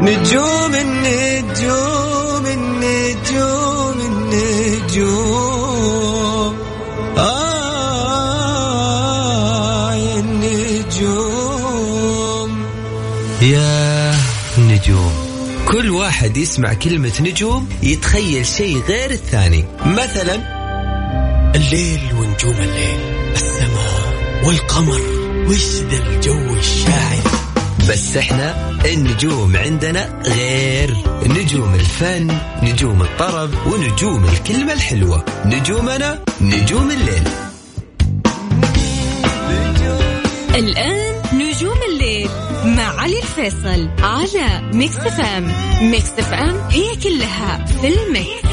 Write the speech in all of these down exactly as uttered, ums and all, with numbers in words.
نجوم النجوم النجوم النجوم آه يا النجوم يا نجوم. كل واحد يسمع كلمة نجوم يتخيل شيء غير الثاني. مثلا الليل ونجوم الليل، السماء والقمر، وش ذا الجو الشاعر. بس احنا النجوم عندنا غير. نجوم الفن، نجوم الطرب، ونجوم الكلمة الحلوة. نجومنا نجوم الليل. الآن نجوم الليل مع علي الفيصل على ميكس اف ام. ميكس اف ام هي كلها في الميكس.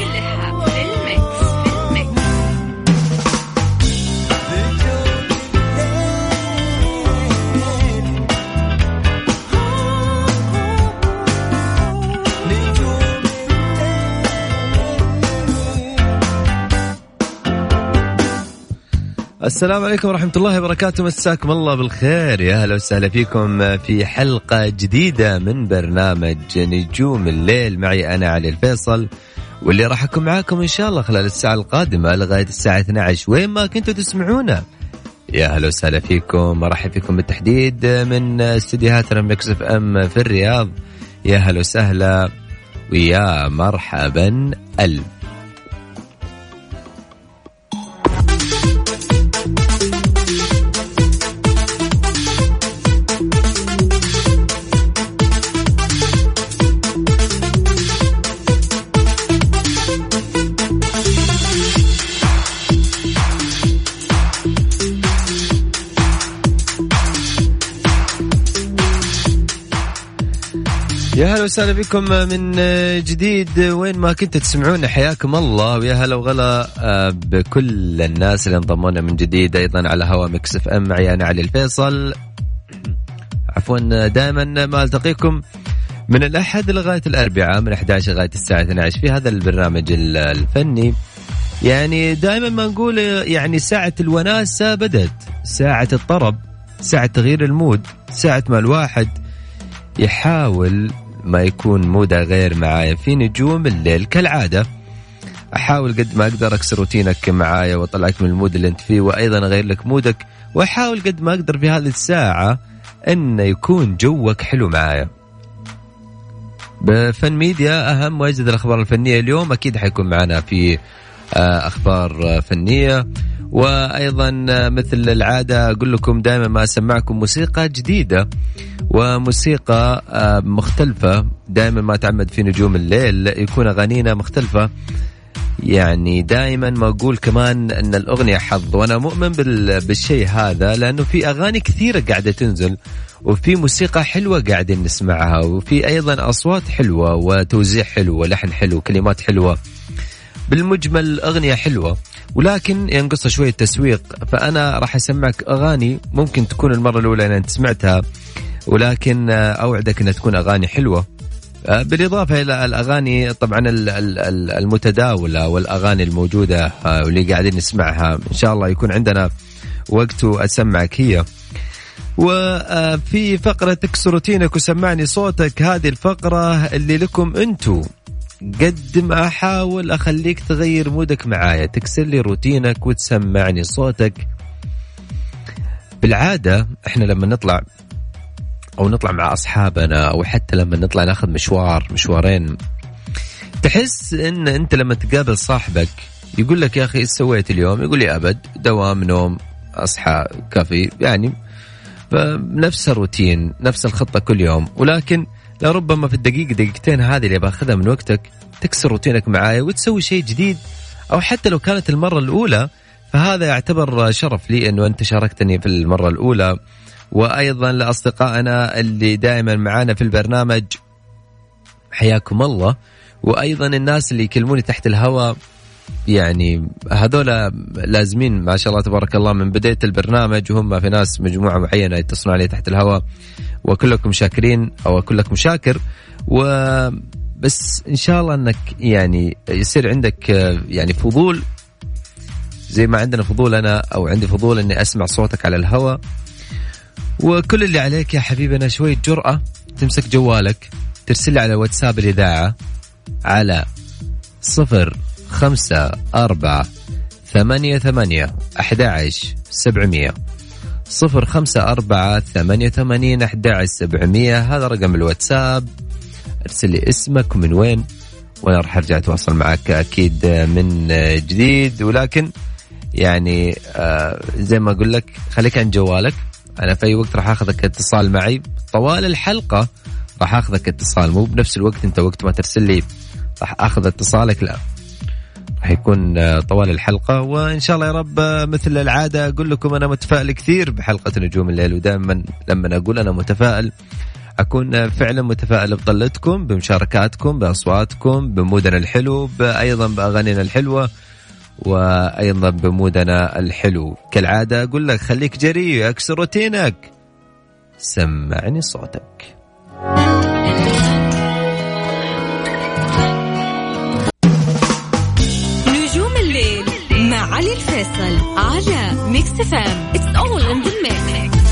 السلام عليكم ورحمة الله وبركاته. مساكم الله بالخير، يا أهلا وسهلا فيكم في حلقة جديدة من برنامج نجوم الليل. معي أنا علي الفيصل، واللي راح أكون معاكم إن شاء الله خلال الساعة القادمة لغاية الساعة اثنتي عشرة وين ما كنتوا تسمعونا. يا أهلا وسهلا فيكم، مرحب فيكم بالتحديد من استديوهاتنا ميكس اف ام في الرياض. يا أهلا وسهلا ويا مرحبا ال يا هلا وسهلا بكم من جديد وين ما كنتوا تسمعونا. حياكم الله ويا هلا وغلا بكل الناس اللي انضمونا من جديد أيضا على هوا ميكس اف ام. معي أنا علي الفيصل. عفوا دائما ما ألتقيكم من الأحد لغاية الأربعاء من أحد عشر لغاية الساعة اثنتي عشرة في هذا البرنامج الفني. يعني دائما ما نقول يعني ساعة الوناسة بدت، ساعة الطرب، ساعة تغيير المود، ساعة ما الواحد يحاول ما يكون موده غير معايا في نجوم الليل. كالعادة أحاول قد ما أقدر أكسر روتينك معايا وأطلعك من المود اللي أنت فيه، وأيضا أغير لك مودك، وأحاول قد ما أقدر في هذه الساعة أن يكون جوك حلو معايا. بفن ميديا أهم وأجدد الأخبار الفنية اليوم أكيد حيكون معنا في أخبار فنية، وأيضا مثل العادة أقول لكم دائما ما أسمعكم موسيقى جديدة وموسيقى مختلفة. دائما ما تعمد في نجوم الليل يكون أغانينا مختلفة. يعني دائما ما أقول كمان أن الأغنية حظ، وأنا مؤمن بالشيء هذا، لأنه في أغاني كثيرة قاعدة تنزل، وفي موسيقى حلوة قاعدين نسمعها، وفي أيضا أصوات حلوة وتوزيع حلو ولحن حلو وكلمات حلوة. بالمجمل أغنية حلوة، ولكن ينقص شوية تسويق. فأنا راح أسمعك أغاني ممكن تكون المرة الأولى أن أنت سمعتها، ولكن أوعدك أنها تكون أغاني حلوة، بالإضافة إلى الأغاني طبعا المتداولة والأغاني الموجودة واللي قاعدين نسمعها. إن شاء الله يكون عندنا وقت أسمعك هي. وفي فقرة تكسر روتينك وسمعني صوتك، هذه الفقرة اللي لكم أنتو. قد ما أحاول أخليك تغير مودك معايا، تكسر لي روتينك وتسمعني صوتك. بالعادة إحنا لما نطلع أو نطلع مع أصحابنا، أو حتى لما نطلع ناخذ مشوار مشوارين، تحس إن أنت لما تقابل صاحبك يقول لك يا أخي إيش سويت اليوم؟ يقول لي أبد، دوام، نوم، أصحى، كافي، يعني نفس الروتين، نفس الخطة كل يوم. ولكن لربما في الدقيقة دقيقتين هذه اللي باخذها من وقتك تكسر روتينك معايا وتسوي شيء جديد، أو حتى لو كانت المرة الأولى فهذا يعتبر شرف لي أنه أنت شاركتني في المرة الأولى. وأيضا لأصدقائنا اللي دائما معانا في البرنامج حياكم الله، وأيضا الناس اللي يكلموني تحت الهواء، يعني هذولا لازمين ما شاء الله تبارك الله من بداية البرنامج، وهم في ناس مجموعة معينة يتصلون علي تحت الهواء، وكلكم شاكرين أو كلكم شاكر. وبس إن شاء الله أنك يعني يصير عندك يعني فضول زي ما عندنا فضول أنا، أو عندي فضول أني أسمع صوتك على الهواء. وكل اللي عليك يا حبيبنا شوية جرأة، تمسك جوالك، ترسل لي على واتساب الإذاعة على صفر خمسة أربعة ثمانية ثمانية أحد عشر سبعمية صفر خمسة أربعة ثمانية ثمانين أحد عشر سبعمية. هذا رقم الواتساب. ارسل لي اسمك ومن وين، وأنا راح أرجع أتواصل معك أكيد من جديد. ولكن يعني آه زي ما أقول لك خليك عن جوالك. أنا في أي وقت راح أخذك اتصال معي طوال الحلقة، راح أخذك اتصال، مو بنفس الوقت أنت وقت ما ترسل لي راح أخذ اتصالك، لا راح يكون طوال الحلقة. وإن شاء الله يا رب مثل العادة أقول لكم أنا متفائل كثير بحلقة نجوم الليل، ودائما لما أقول أنا متفائل أكون فعلا متفائل بطلتكم، بمشاركاتكم، بأصواتكم، بمودنا الحلو، أيضا بأغانينا الحلوة، وأيضا بمودنا الحلو. كالعادة أقول لك خليك جريء، أكسر روتينك، سمعني صوتك. نجوم الليل مع علي الفيصل على ميكس فام. It's all in the mix.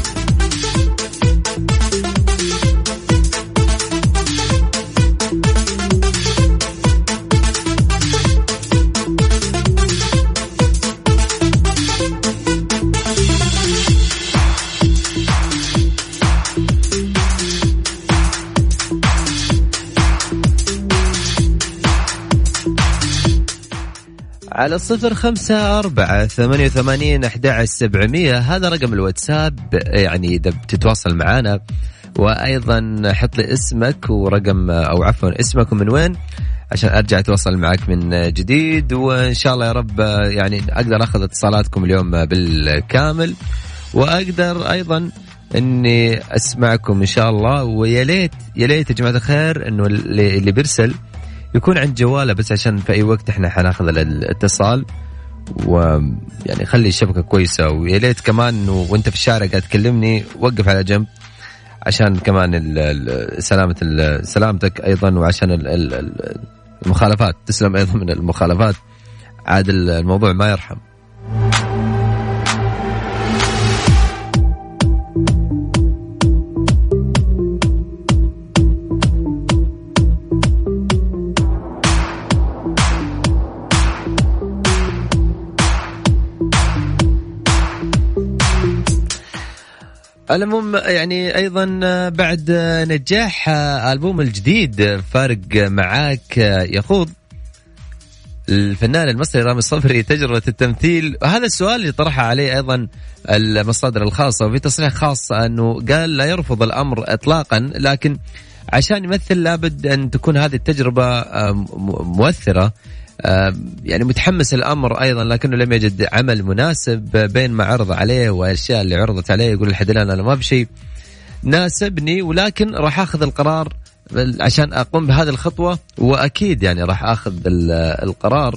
على صفر خمسة أربعة ثمانية ثمانين أحد عشر سبعمية هذا رقم الواتساب. يعني إذا بتتواصل معنا، وأيضا حط لي اسمك ورقم أو عفوا اسمك ومن وين عشان أرجع أتواصل معك من جديد. وإن شاء الله يا رب يعني أقدر أخذ اتصالاتكم اليوم بالكامل، وأقدر أيضا إني أسمعكم إن شاء الله. ويا ليت يا ليت يا جماعة الخير إنه اللي, اللي بيرسل يكون عند جواله، بس عشان في أي وقت إحنا حناخذ الاتصال، ويعني خلي الشبكة كويسة. ويا ليت كمان وأنت في الشارع قاعد تكلمني وقف على جنب عشان كمان سلامة سلامتك أيضا، وعشان المخالفات تسلم أيضا من المخالفات، عاد الموضوع ما يرحم. العموم يعني أيضا بعد نجاح ألبوم الجديد فارق معاك يخوض الفنان المصري رامي صبري تجربة التمثيل. هذا السؤال اللي طرحه عليه أيضا المصادر الخاصة، وفي تصريح خاص أنه قال لا يرفض الأمر إطلاقا، لكن عشان يمثل لابد أن تكون هذه التجربة مؤثرة. يعني متحمس الأمر أيضا، لكنه لم يجد عمل مناسب بين ما عرض عليه والأشياء اللي عرضت عليه. يقول لحد الآن أنا ما بشيء ناسبني، ولكن راح أخذ القرار عشان أقوم بهذه الخطوة، وأكيد يعني راح أخذ القرار.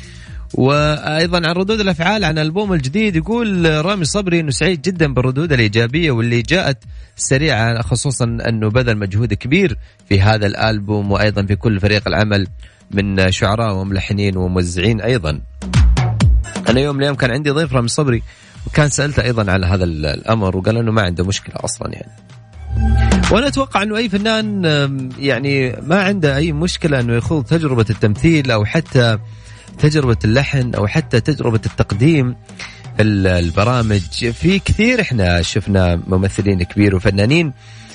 وأيضا عن ردود الأفعال عن ألبوم الجديد يقول رامي صبري إنه سعيد جدا بالردود الإيجابية واللي جاءت سريعة، خصوصا أنه بذل مجهود كبير في هذا الألبوم، وأيضا في كل فريق العمل من شعراء وملحنين وموزعين. أيضا أنا يوم اليوم كان عندي ضيف رامي صبري، وكان سألته أيضا على هذا الأمر، وقال أنه ما عنده مشكلة أصلا يعني. وأنا أتوقع أنه أي فنان يعني ما عنده أي مشكلة أنه يخوض تجربة التمثيل، أو حتى تجربة اللحن، أو حتى تجربة التقديم البرامج. في كثير إحنا شفنا ممثلين كبير وفنانين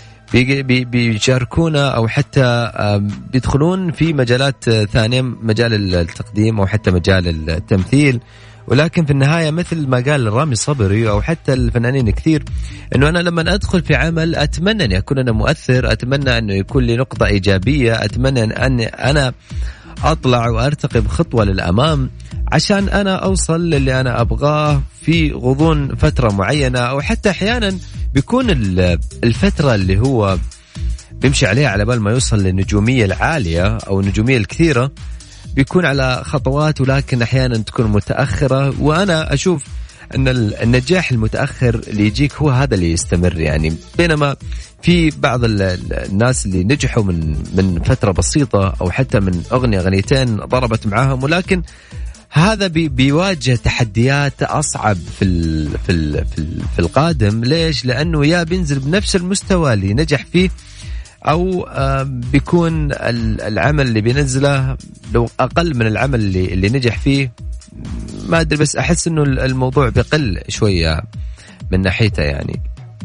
بيشاركونا أو حتى بيدخلون في مجالات ثانية، مجال التقديم أو حتى مجال التمثيل، ولكن في النهاية مثل ما قال رامي صبري أو حتى الفنانين كثير، أنه أنا لما أدخل في عمل أتمنى أن يكون أنا مؤثر، أتمنى أنه يكون لي نقطة إيجابية، أتمنى أن أنا أطلع وأرتقي بخطوة للأمام عشان أنا أوصل للي أنا أبغاه في غضون فترة معينة، أو حتى أحيانا بيكون الفترة اللي هو بيمشي عليها على بال ما يوصل للنجومية العالية أو النجومية الكثيرة بيكون على خطوات، ولكن أحيانا تكون متأخرة. وأنا أشوف أن النجاح المتأخر اللي يجيك هو هذا اللي يستمر يعني، بينما في بعض الناس اللي نجحوا من من فترة بسيطة أو حتى من أغنية غنيتين ضربت معاهم، ولكن هذا بي بيواجه تحديات أصعب في ال في ال في, ال في القادم. ليش؟ لأنه يا بينزل بنفس المستوى اللي نجح فيه أو بيكون العمل اللي بينزله لو أقل من العمل اللي, اللي نجح فيه. ما أدري بس أحس إنه الموضوع بيقل شوية من ناحيته يعني.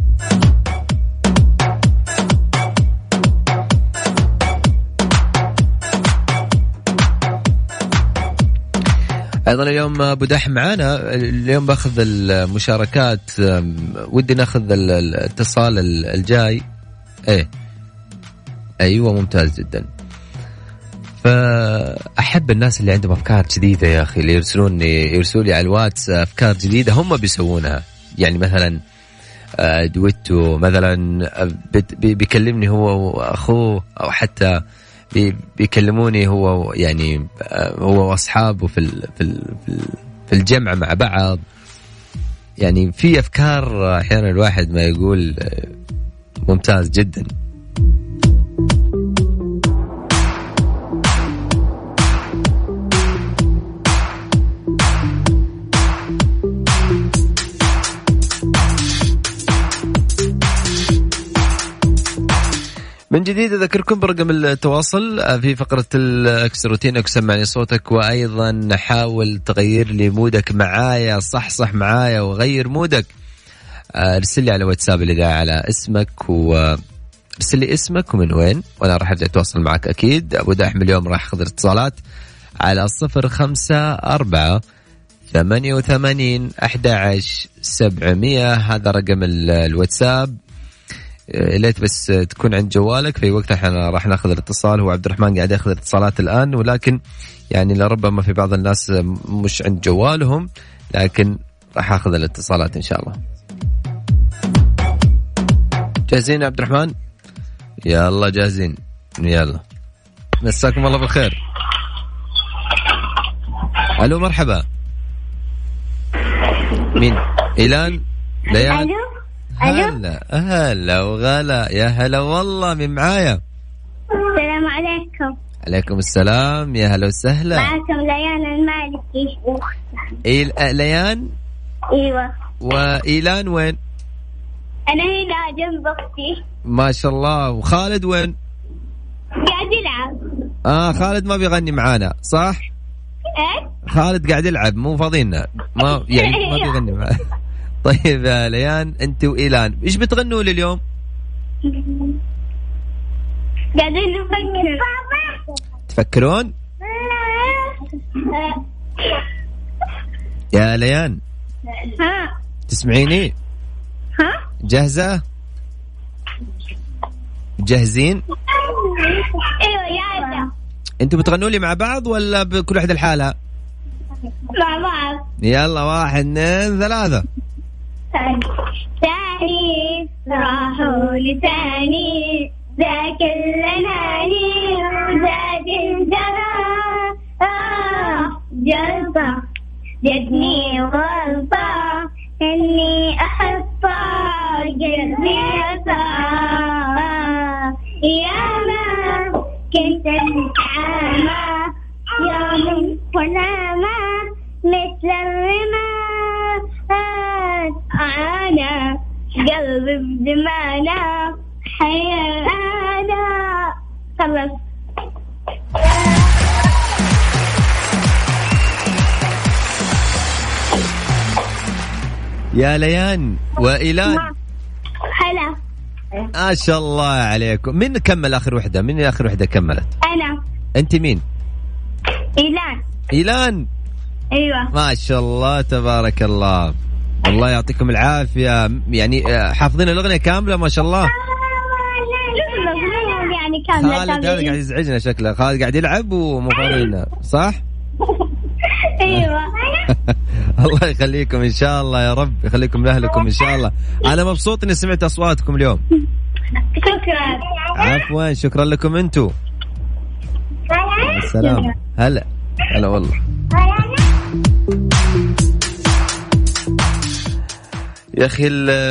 أيضا اليوم أبو دحم معانا. اليوم باخذ المشاركات. ودي ناخذ الاتصال الجاي. إيه أيوة ممتاز جدا. فأحب الناس اللي عندهم أفكار جديدة يا أخي، اللي يرسلوني يرسلوا لي على الواتس أفكار جديدة هم بيسوونها. يعني مثلا دويتو مثلا بيكلمني هو وأخوه، أو حتى بيكلموني هو يعني هو واصحابه في في في الجمع مع بعض. يعني في افكار احيانا الواحد ما يقول ممتاز جدا. من جديد أذكركم برقم التواصل في فقرة اكسر روتينك وسمعني صوتك، وأيضا حاول تغير لي مودك معايا، صح صح معايا وغير مودك. ارسل لي على واتساب الإذاعة على اسمك، وارسل لي اسمك ومن وين، وأنا راح أرجع أتواصل معك أكيد. أبو داحم اليوم راح أخذ اتصالات على صفر خمسة أربعة ثمانية وثمانين أحد عشر سبعمية. هذا رقم الواتساب. ليت بس تكون عند جوالك في وقتها احنا راح ناخذ الاتصال. هو عبد الرحمن قاعد ياخذ الاتصالات الآن، ولكن يعني لربما في بعض الناس مش عند جوالهم، لكن راح اخذ الاتصالات ان شاء الله. جاهزين يا عبد الرحمن؟ يلا جاهزين. يلا مساكم الله بالخير. الو مرحبا. مين؟ إيلان؟ ليان؟ هلا هلا وغلا. يا هلا والله. من معايا؟ السلام عليكم. عليكم السلام. يا هلا وسهلا. معكم ليان المالكي. إيل... ليان؟ ايوه. وإيلان وين؟ انا هنا جنب اختي. ما شاء الله. وخالد وين؟ قاعد يلعب. اه خالد ما بيغني معانا صح؟ ايه خالد قاعد يلعب مو فاضينا، ما يعني ما بيغني معانا. طيب يا ليان انت وإيلان ايش بتغنوا لي اليوم؟ قاعدين نفكر. تفكرون؟ يا ليان ها تسمعيني؟ ها جاهزة؟ جاهزين؟ ايوه يا انتوا بتغنوا لي مع بعض ولا بكل واحدة لحالها؟ مع بعض. يلا واحد اثنين ثلاثة. ثاني راحوا لثاني ذاك اللناني وزاد الجرى آه جلطة جدني غلطة إني أحطه قلبي أساه يا ما كنت النعامة يوم ونامة مثل الرماد أنا قلبي بدمانة حيانا. خلص. يا ليان وإيلان هلا. ما شاء الله عليكم. مين كمل آخر وحدة؟ مين آخر وحدة كملت؟ أنا. أنت مين؟ إيلان. إيلان. أيوة. ما شاء الله تبارك الله. الله يعطيكم العافية. يعني حافظين الأغنية كاملة ما شاء الله. يعني كاملة. خالد قاعد يزعجنا شكله. خالد قاعد يلعب ومفاضلنا صح؟ أيوة. الله يخليكم إن شاء الله يا رب، يخليكم لأهلكم إن شاء الله. أنا مبسوط إني سمعت أصواتكم اليوم. شكرا. عفوا شكرا لكم أنتوا. السلام. هلا هلا والله. يا أخي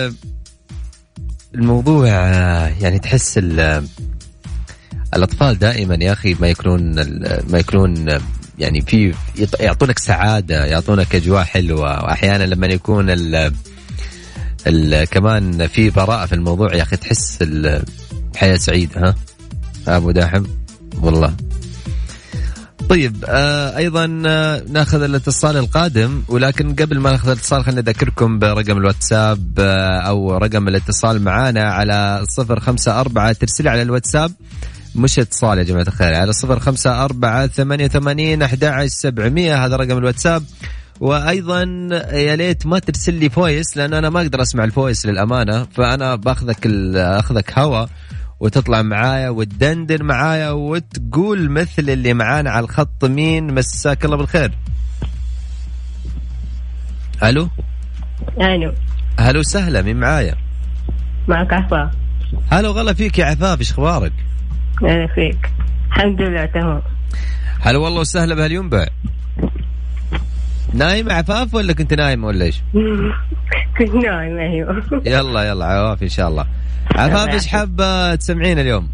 الموضوع يعني تحس الأطفال دائما يا أخي ما يكونون ما يكونون يعني في يعطونك سعادة، يعطونك أجواء حلوة، وأحيانا لما يكون ال ال كمان في براءة في الموضوع يا أخي تحس حياة سعيدة. ها أبو داحم والله. طيب آه أيضا آه ناخذ الاتصال القادم، ولكن قبل ما ناخذ الاتصال خلينا نذكركم برقم الواتساب آه أو رقم الاتصال معانا على صفر خمسة أربعة. ترسل على الواتساب مش اتصال يا جماعة الخير، على صفر خمسة أربعة ثمانية ثمانين أحد عشر سبعمية، هذا رقم الواتساب. وأيضا يا ليت ما ترسل لي فويس، لأن أنا ما أقدر أسمع الفويس للأمانة، فأنا باخذك أخذك هوا وتطلع معايا وتدندن معايا وتقول مثل اللي معانا على الخط. مين مساك الله بالخير؟ ألو ألو هلو سهلة، مين معايا؟ معك عفاف. هلو غلا فيك يا عفاف، إيش أخبارك؟ أنا فيك الحمد لله تمام. هلو والله وسهلة بهالينبع. نايم عفاف ولا كنت نايم ولا إيش؟ كنت نايم. أيوه يلا يلا عفاف إن شاء الله. عفاف إيش حابة تسمعين اليوم؟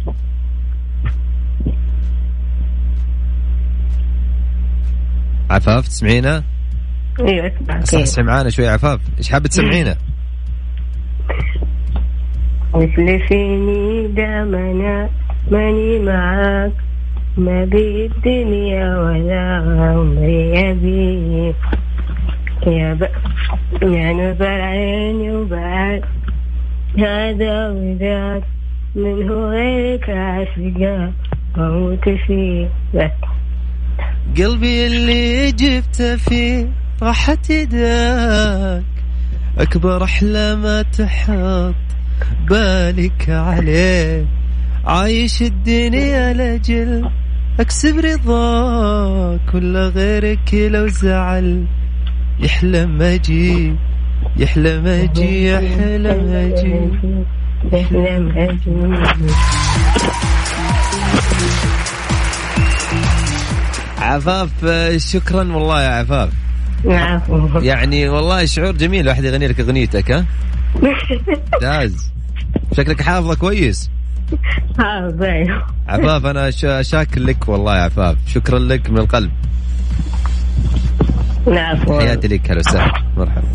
عفاف تسمعينا؟ ايوه اسمعك. صحصحي معانا شوي عفاف، ايش حابة تسمعينا؟ مثل فيني دامنا ماني معاك، ما بي الدنيا ولا عمري أبي يا ب... يا نظر عيني وبعد هذا وذاك من هو غيرك عاشقا موت فيه بس قلبي اللي جبت فيه راحت يداك، أكبر أحلام تحط بالك عليه، عايش الدنيا لجل أكسب رضاك، ولا غيرك لو زعل يحلم أجي يحلم أجي يحلم أجي يحلم أجي. عفاف شكرا والله يا عفاف. عفو. يعني والله شعور جميل واحد يغني لك اغنيتك. ها ممتاز، شكلك حافظه كويس. حافظ. عفاف انا شاكر لك والله يا عفاف، شكرا لك من القلب. عفو. حياتي لك، هلا وسهلا مرحبا.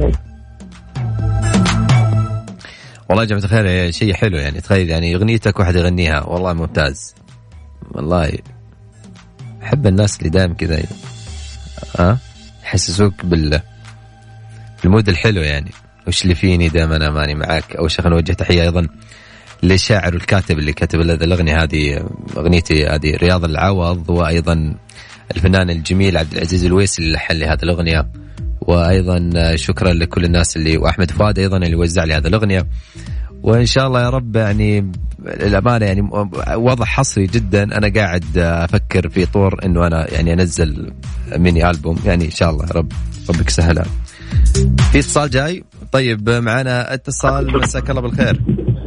والله يا جماعة الخير شيء حلو، يعني تخيل يعني اغنيتك واحد يغنيها، والله ممتاز والله. أحب الناس اللي دائم كذا ها يحسسوك بال بالمود الحلو، يعني وش اللي فيني دائما أنا ماني معاك. أول شيء نوجه تحية أيضا للشاعر والكاتب اللي كتب الأغنية هذه، أغنيتي هذه رياض العوض، وأيضا الفنان الجميل عبد العزيز الويسي اللي لحن لي هذه الأغنية، وأيضا شكرا لكل الناس اللي، وأحمد فؤاد أيضا اللي وزع لي هذه الأغنية. وإن شاء الله يا رب يعني الأمانة يعني وضع حصري جدا، أنا قاعد أفكر في طور إنه أنا يعني أنزل ميني ألبوم، يعني إن شاء الله يا رب ربك سهلها. في اتصال جاي. طيب معنا اتصال، مساك الله بالخير.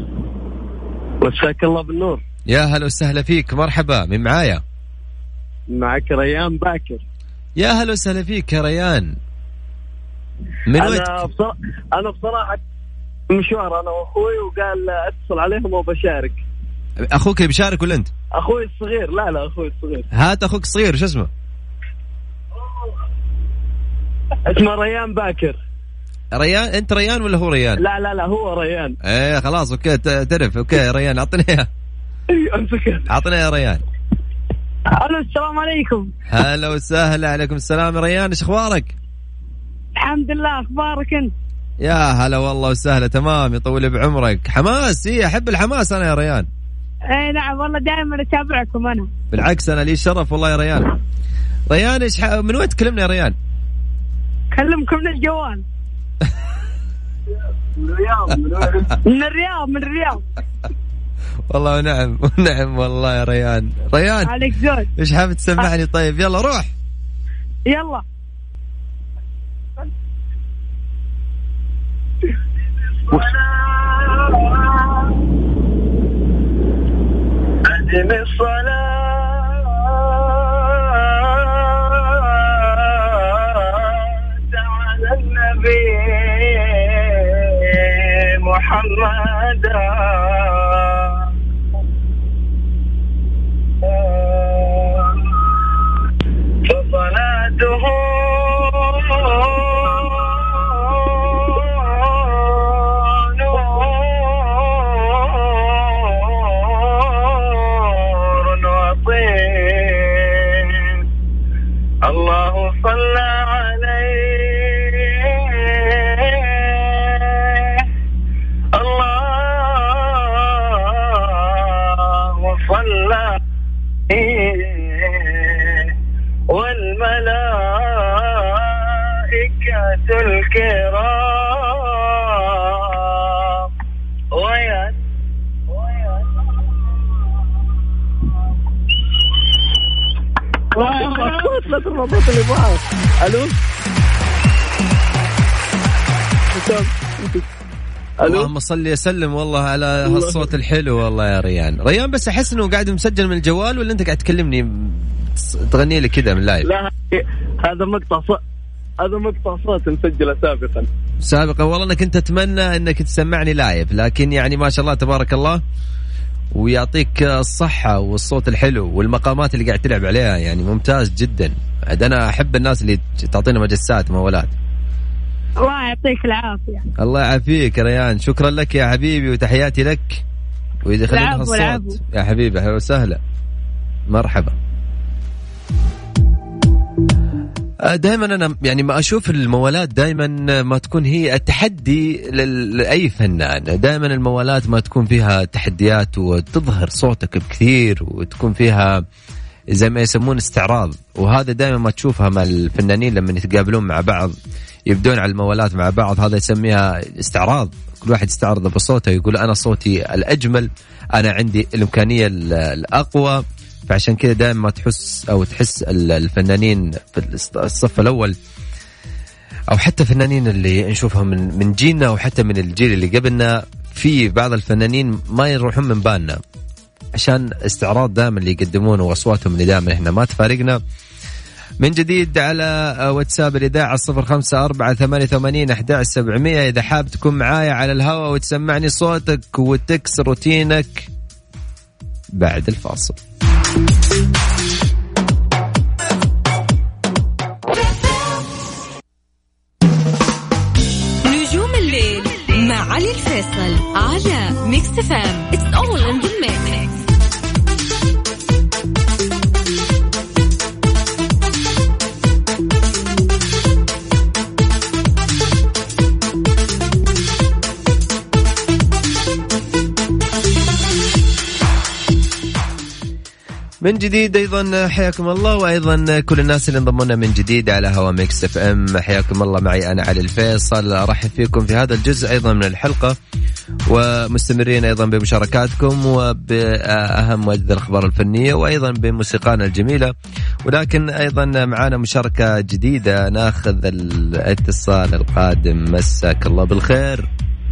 مساك الله بالنور. يا هلا وسهلا فيك، مرحبا، من معايا؟ معك ريان باكر. يا هلا وسهلا فيك يا ريان. من أنا وين؟ بصراحة أنا بصراحة مشوار أنا وأخوي، وقال أتصل عليهم وبشارك. أخوك اللي بيشارك ولا أنت؟ أخوي الصغير. لا لا أخوي الصغير. هات أخوك الصغير، شو اسمه؟ اسمه ريان باكر. ريان؟ أنت ريان ولا هو ريان؟ لا لا لا هو ريان. إيه خلاص أوكي تعرف. أوكي يا ريان أعطني إياه. أعطني يا ريان. ألو السلام عليكم. هلا وسهلا. عليكم السلام يا ريان، إيش أخبارك؟ الحمد لله، أخبارك أنت؟ يا هلا والله وسهلا، تمام، يطول بعمرك. حماس، إيه أحب الحماس أنا يا ريان. اي نعم والله دائما اتابعكم انا. بالعكس انا لي الشرف والله يا ريان. ريان ايش ح... من وين تكلمنا يا ريان؟ كلمكم من الجوال. من الرياض. من الرياض. من الرياض والله نعم نعم والله يا ريان. ريان عليك زود، ايش حابب تسمعني؟ طيب يلا روح. يلا أدم الصلاة على النبي محمد فصلاته الله والملائكة الكرام ويا لا تربط اللي بعض. الو اللهم صل وسلم والله على هالصوت الحلو والله يا ريان. ريان بس احس انه قاعد مسجل من الجوال ولا انت قاعد تكلمني تغني لي كذا من لايف؟ لا هذا مقطع صوت، هذا مقطع صوت مسجله سابقا سابقا. والله انا كنت اتمنى انك تسمعني لايف، لكن يعني ما شاء الله تبارك الله ويعطيك الصحة والصوت الحلو والمقامات اللي قاعد تلعب عليها، يعني ممتاز جدا. أنا أحب الناس اللي تعطينا مجسات موالات. الله يعطيك العافية. الله يعافيك ريان، شكرا لك يا حبيبي وتحياتي لك ويدخلنا الصوت يا حبيبي. أهلا وسهلا مرحبا. دائما أنا يعني ما أشوف الموالات دائما ما تكون هي التحدي لأي فنان. دائما الموالات ما تكون فيها تحديات وتظهر صوتك بكثير وتكون فيها زي ما يسمون استعراض، وهذا دائما ما تشوفها مع الفنانين لما يتقابلون مع بعض يبدون على الموالات مع بعض. هذا يسميها استعراض، كل واحد يستعرض بصوته يقول أنا صوتي الأجمل، أنا عندي الإمكانية الأقوى. فعشان كده دائما ما تحس أو تحس الفنانين في الصف الأول أو حتى فنانين اللي نشوفهم من من جيلنا أو حتى من الجيل اللي قبلنا، في بعض الفنانين ما يروحون من بالنا عشان استعراض دائما اللي يقدمونه وأصواتهم اللي دائما إحنا ما تفارقنا. من جديد على واتساب الإذاعة صفر خمسة أربعة ثمانية ثمانين أحد عشر سبعمية إذا حاب تكون معايا على الهواء وتسمعني صوتك وتكسر روتينك بعد الفاصل. نجوم الليل مع علي الفيصل على ميكس فام. It's all in the mix. من جديد أيضا حياكم الله، وأيضا كل الناس اللي انضمونا من جديد على هوا ميكس اف ام حياكم الله. معي أنا علي الفيصل، أرحب فيكم في هذا الجزء أيضا من الحلقة، ومستمرين أيضا بمشاركاتكم وبأهم وأجدد الأخبار الفنية وأيضا بموسيقانا الجميلة. ولكن أيضا معنا مشاركة جديدة، ناخذ الاتصال القادم. مساك الله بالخير.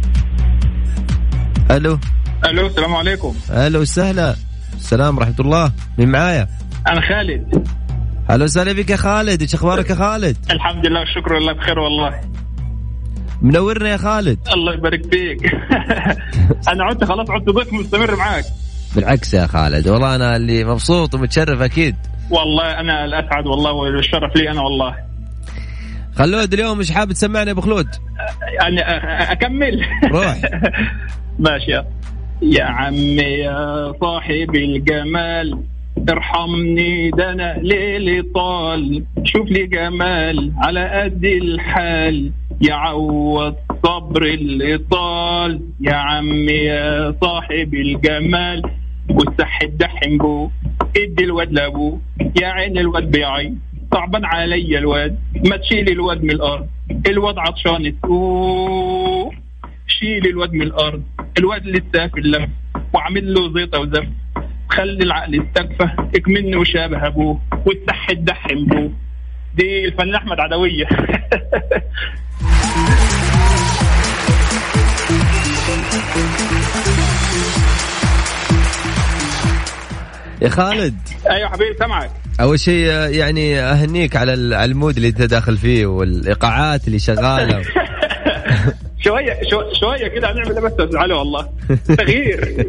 ألو ألو السلام عليكم. ألو وسهلا. السلام ورحمة الله. مين معايا؟ أنا خالد. هلا وسهلا بك يا خالد، إيش أخبارك يا خالد؟ الحمد لله والشكر لله بخير والله. منورنا يا خالد. الله يبارك فيك. أنا عدت خلاص، عدت ضيف مستمر معاك. بالعكس يا خالد، والله أنا اللي مبسوط ومتشرف أكيد. والله أنا الأسعد والله والشرف لي أنا والله. خلود اليوم مش حابب تسمعني أبو خلود؟ يعني أكمل. روح. ماشي. يا عمي يا صاحب الجمال ارحمني، ده انا ليلي طال، شوف لي جمال على قد الحال يعوض صبر اللي طال. يا عمي يا صاحب الجمال والصح الدحم بو، ادي الواد لابوه، يا عين الواد بيعين، صعبان عليا الواد، ما تشيل الواد من الارض، الواد عطشان تقول، شيل الواد من الارض، الواد لسه في اللف وعامل له زيطه وزف، خلي العقل يستكفى اكمني وشابه ابوه والصح الدحم بوه. دي الفنان احمد عدويه. يا خالد. ايوه حبيبي سامعك. اول شيء يعني اهنيك على المود اللي انت داخل فيه والايقاعات اللي شغاله. شويه شو شويه كده هنعمل بس على والله تغيير.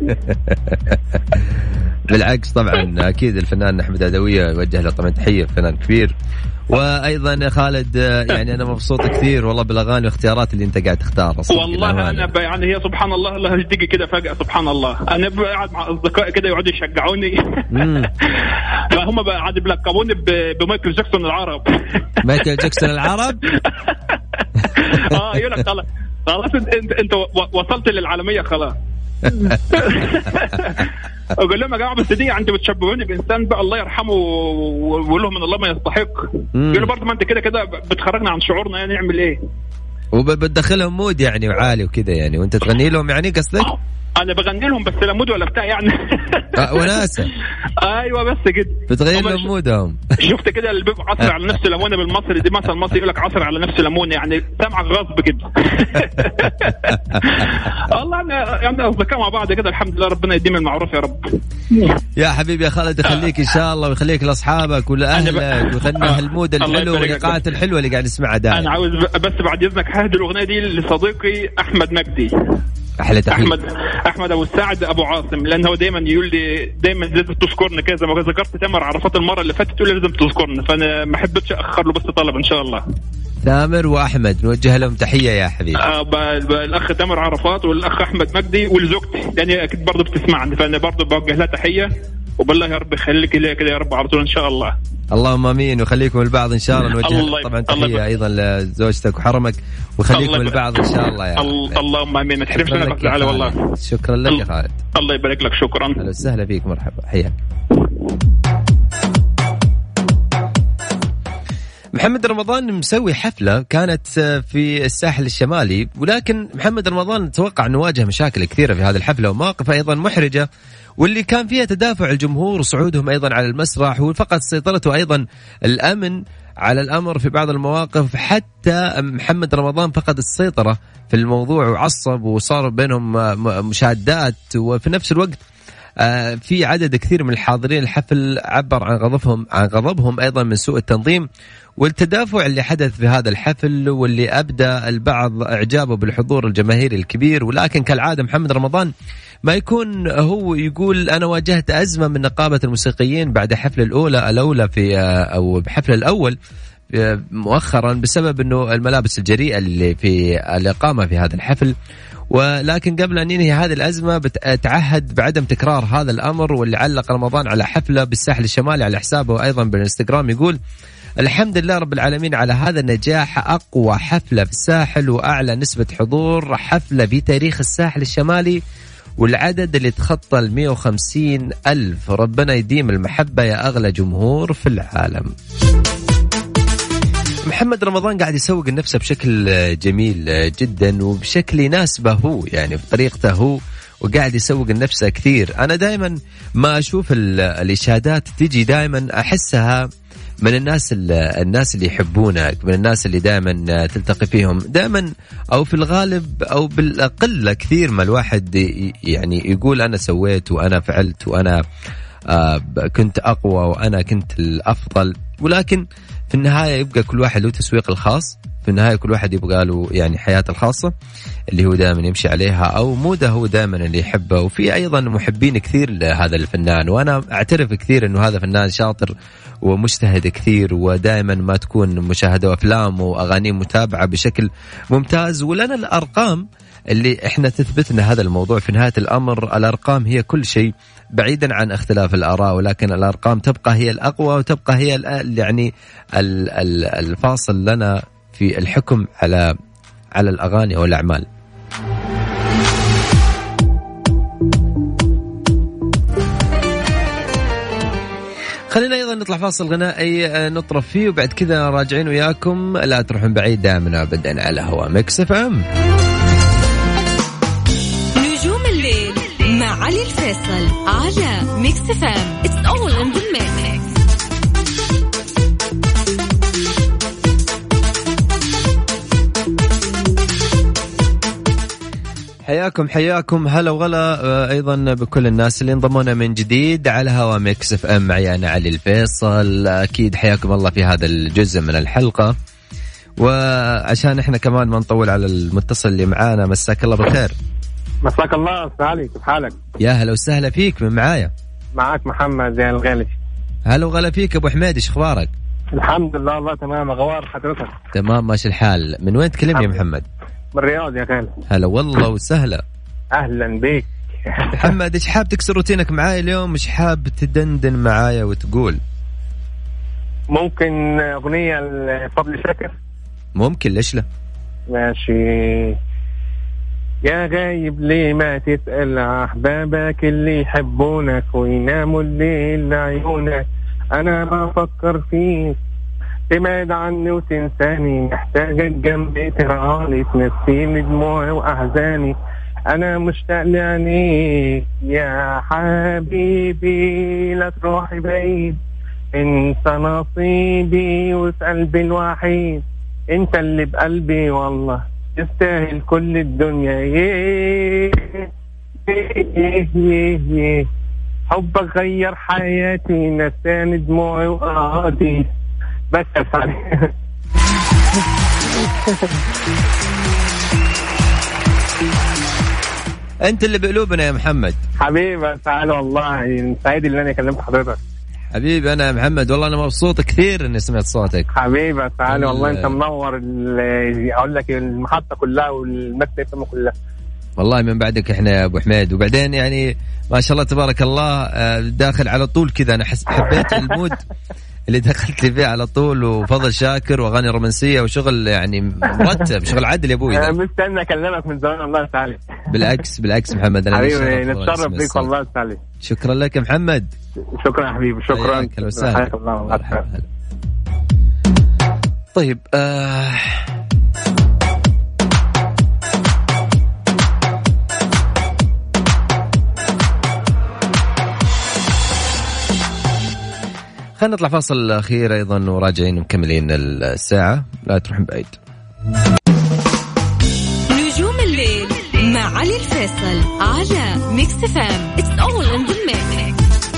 بالعكس طبعا اكيد الفنان احمد عدويه يوجه له طبعا تحيه، فنان كبير. وايضا خالد يعني انا مبسوط كثير والله بالاغاني واختيارات اللي انت قاعد تختارها. والله انا يعني هي سبحان الله، الله هجدقي كده فجاه سبحان الله. انا قاعد مع اصدقائي كده يقعدوا يشجعوني. هم بقى قاعد بيلقبوني بمايكل جاكسون العرب. مايكل جاكسون العرب. اه يقول لك خلاص خلاص انت انت وصلت للعالميه خلاص. اقول لهم يا جماعه بس دي انتوا بتشبهوني بانسان بقى الله يرحمه ويقول لهم ان الله ما يستحق. يقولوا برضه ما انت كده كده بتخرجنا عن شعورنا، يعني نعمل ايه؟ وبتدخلهم مود يعني وعالي وكده يعني، وانت تغني لهم يعني قصدك؟ انا بغني لهم بس لا مود ولا بتاع يعني. أه وناسه. ايوه بس كده بتغير لهم مودهم. شفت كده اللي بيبقى عصر على نفسه ليمونه بالمصري، دي مثلا المصري يقول لك عصر على نفسه ليمونه، يعني سامعك غصب كده. والله يعني اصدقاء مع بعض كده الحمد لله، ربنا يديم المعروف يا رب. يا حبيبي يا خالد يخليك ان شاء الله ويخليك لاصحابك ولاهلك ويخلينا هالمود الحلو واللقاءات الحلوه اللي قاعد نسمعها دائما. انا عاوز بس بعد اذنك ههدي الاغنيه دي لصديقي احمد مجدي. احلى تحيه. احمد احمد ابو السعد ابو عاصم، لان هو دايما يقول لي دايما لازم تذكرني كذا، ما ذكرت تامر عرفات المره اللي فاتت تقول لي لازم تذكرني، فانا ما حبيتش اخر له بس طلب ان شاء الله. تامر واحمد نوجه لهم تحيه يا حبيبي. آه الاخ تامر عرفات والاخ احمد مجدي ولزوجتي، يعني اكيد برضه بتسمعني، فانا برضه بوجه لها تحيه، وبالله يا رب يخليك ليا كده يا رب على طول ان شاء الله. اللهم امين، وخليكم البعض ان شاء الله. نوجه طبعا تحيه ايضا لزوجتك وحرمك، وخليكم البعض ان شاء الله يا الله. اللهم امين، ما تحرمش منك على والله. شكرا لك يا خالد. الله يبارك لك، شكرا. اهلا وسهلا فيك، مرحبا، حياك. محمد رمضان مسوي حفلة كانت في الساحل الشمالي، ولكن محمد رمضان نتوقع أنه واجه مشاكل كثيرة في هذه الحفلة ومواقف أيضا محرجة، واللي كان فيها تدافع الجمهور وصعودهم أيضا على المسرح، وفقد سيطرته أيضا الأمن على الأمر في بعض المواقف، حتى محمد رمضان فقد السيطرة في الموضوع وعصب وصار بينهم مشادات. وفي نفس الوقت في عدد كثير من الحاضرين الحفل عبر عن غضبهم عن غضبهم أيضا من سوء التنظيم والتدافع اللي حدث في هذا الحفل، واللي أبدى البعض إعجابه بالحضور الجماهيري الكبير. ولكن كالعادة محمد رمضان ما يكون هو يقول أنا واجهت أزمة من نقابة الموسيقيين بعد حفل الأولى الأولى في أو بحفل الأول مؤخرا بسبب أنه الملابس الجريئة اللي في الإقامة في هذا الحفل. ولكن قبل أن ينهي هذه الأزمة بتعهد بعدم تكرار هذا الأمر. واللي علق رمضان على حفلة بالساحل الشمالي على حسابه أيضا بالإنستغرام يقول الحمد لله رب العالمين على هذا النجاح، أقوى حفلة في الساحل وأعلى نسبة حضور حفلة في تاريخ الساحل الشمالي، والعدد اللي تخطى المئة وخمسين ألف. ربنا يديم المحبة يا أغلى جمهور في العالم. محمد رمضان قاعد يسوق نفسه بشكل جميل جدا وبشكل يناسبه هو، يعني بطريقته هو، وقاعد يسوق نفسه كثير. أنا دائما ما أشوف الإشادات تيجي دائما أحسها من الناس الناس اللي يحبونك، من الناس اللي دائما تلتقي فيهم دائما، أو في الغالب أو بالأقل كثير ما الواحد يعني يقول أنا سويت وأنا فعلت وأنا كنت أقوى وأنا كنت الأفضل. ولكن في النهاية يبقى كل واحد له تسويق الخاص، في النهاية كل واحد يبقى له يعني حياته الخاصة اللي هو دائما يمشي عليها، أو موده هو دائما اللي يحبه. وفي أيضا محبين كثير لهذا الفنان، وأنا أعترف كثير أنه هذا فنان شاطر ومجتهد كثير، ودائما ما تكون مشاهدة أفلام وأغاني متابعة بشكل ممتاز. ولنا الأرقام اللي احنا تثبتنا هذا الموضوع. في نهاية الأمر الأرقام هي كل شيء بعيدا عن اختلاف الآراء، ولكن الأرقام تبقى هي الأقوى وتبقى هي يعني الفاصل لنا في الحكم على على الأغاني أو الأعمال. خلينا أيضا نطلع فاصل غنائي نطرف فيه، وبعد كذا راجعين وياكم. لا تروحون بعيد، دائما أبدا على هوا ميكس اف ام. نجوم الليل مع علي الفيصل على ميكس اف ام. It's all in the mix. حياكم حياكم هلا وغلا أيضا بكل الناس اللي انضمونا من جديد على هوا ميكس اف ام. معي أنا علي الفيصل. أكيد حياكم الله في هذا الجزء من الحلقة، وعشان احنا كمان ما نطول على المتصل اللي معانا، مساك الله بالخير. مساك الله أستاذ علي، كيف حالك؟ يا هلا وسهلا فيك. من معايا؟ معاك محمد زين الغالي. هلا وغلا فيك أبو حميد، إيش أخبارك؟ الحمد لله الله تمام. غوار حضرتك؟ تمام ماشي الحال. من وين تكلمني يا محمد؟ من الرياض يا غالي. هلا والله وسهلا. أهلا بك محمد. إيش حاب تكسر روتينك معايا اليوم؟ إيش حاب تدندن معايا وتقول؟ ممكن أغنية لفضل شاكر؟ ممكن، ليش لا؟ ماشي. يا غايب ليه ما تسأل أحبابك اللي يحبونك ويناموا الليل لعيونك. أنا بفكر فيك تبعد عني وتنساني، محتاجك جنبي ترعاني تنسيني دموعي وأحزاني. أنا مشتاق لعينيك يا حبيبي، لا تروحي بعيد، انت نصيبي وفي قلبي الوحيد، انت اللي بقلبي والله تستاهل كل الدنيا. يه يه يه يه حبك غير حياتي، نساني دموعي وقاضي. بس يا صالح. انت اللي بقلوبنا يا محمد حبيبي. تعال والله سعيد اللي انا كلمت حضرتك حبيبي. انا يا محمد والله انا مبسوط كثير اني سمعت صوتك حبيبي. تعال والله انت منور اقول لك المحطه كلها والمكتب كلها والله من بعدك احنا يا ابو حميد. وبعدين يعني ما شاء الله تبارك الله داخل على طول كذا. انا حبيت المود اللي دخلت لي فيه على طول، وفضل شاكر واغاني رومانسيه وشغل يعني مرتب، شغل عدل يا ابوي. انا مستني اكلمك من زمان والله تعالى. بالعكس بالعكس محمد، انا حبيبي نتشرف بيك والله تعالى. شكرا لك يا محمد. شكرا يا حبيبي. شكرا. حياك الله. طيب آه خلينا نطلع فاصل أخير أيضا وراجعين ومكملين الساعة، لا تروحون بعيد. نجوم الليل مع علي الفيصل على ميكس فام. It's all in the mix.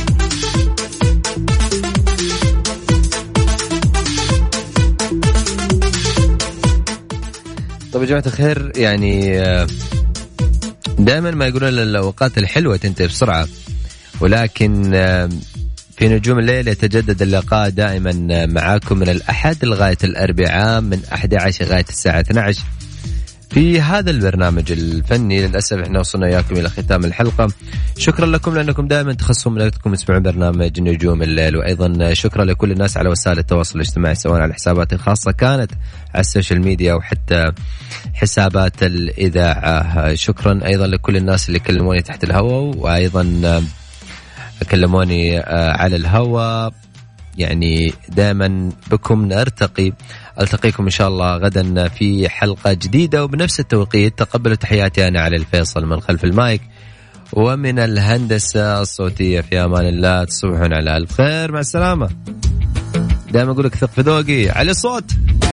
طيب يا جماعة الخير، يعني دائما ما يقولون الأوقات الحلوة تنتهي بسرعة، ولكن في نجوم الليل يتجدد اللقاء دائما معاكم من الأحد لغاية الأربعاء من أحد عشر لغاية الساعة اثنتي عشرة في هذا البرنامج الفني. للأسف احنا وصلنا إياكم إلى ختام الحلقة. شكرا لكم لأنكم دائما تخصصون من وقتكم تسمعون برنامج نجوم الليل، وأيضا شكرا لكل الناس على وسائل التواصل الاجتماعي سواء على حسابات الخاصة كانت على السوشيال ميديا أو حتى حسابات الإذاعة. شكرا أيضا لكل الناس اللي كلموني تحت الهواء وأيضا كلموني على الهواء. يعني دائما بكم نرتقي. ألتقيكم إن شاء الله غدا في حلقة جديدة وبنفس التوقيت. تقبلوا تحياتي أنا علي الفيصل من خلف المايك ومن الهندسة الصوتية. في أمان الله، تصبحون على ألف خير، مع السلامة. دائما أقول لك ثق في ذوقي على الصوت.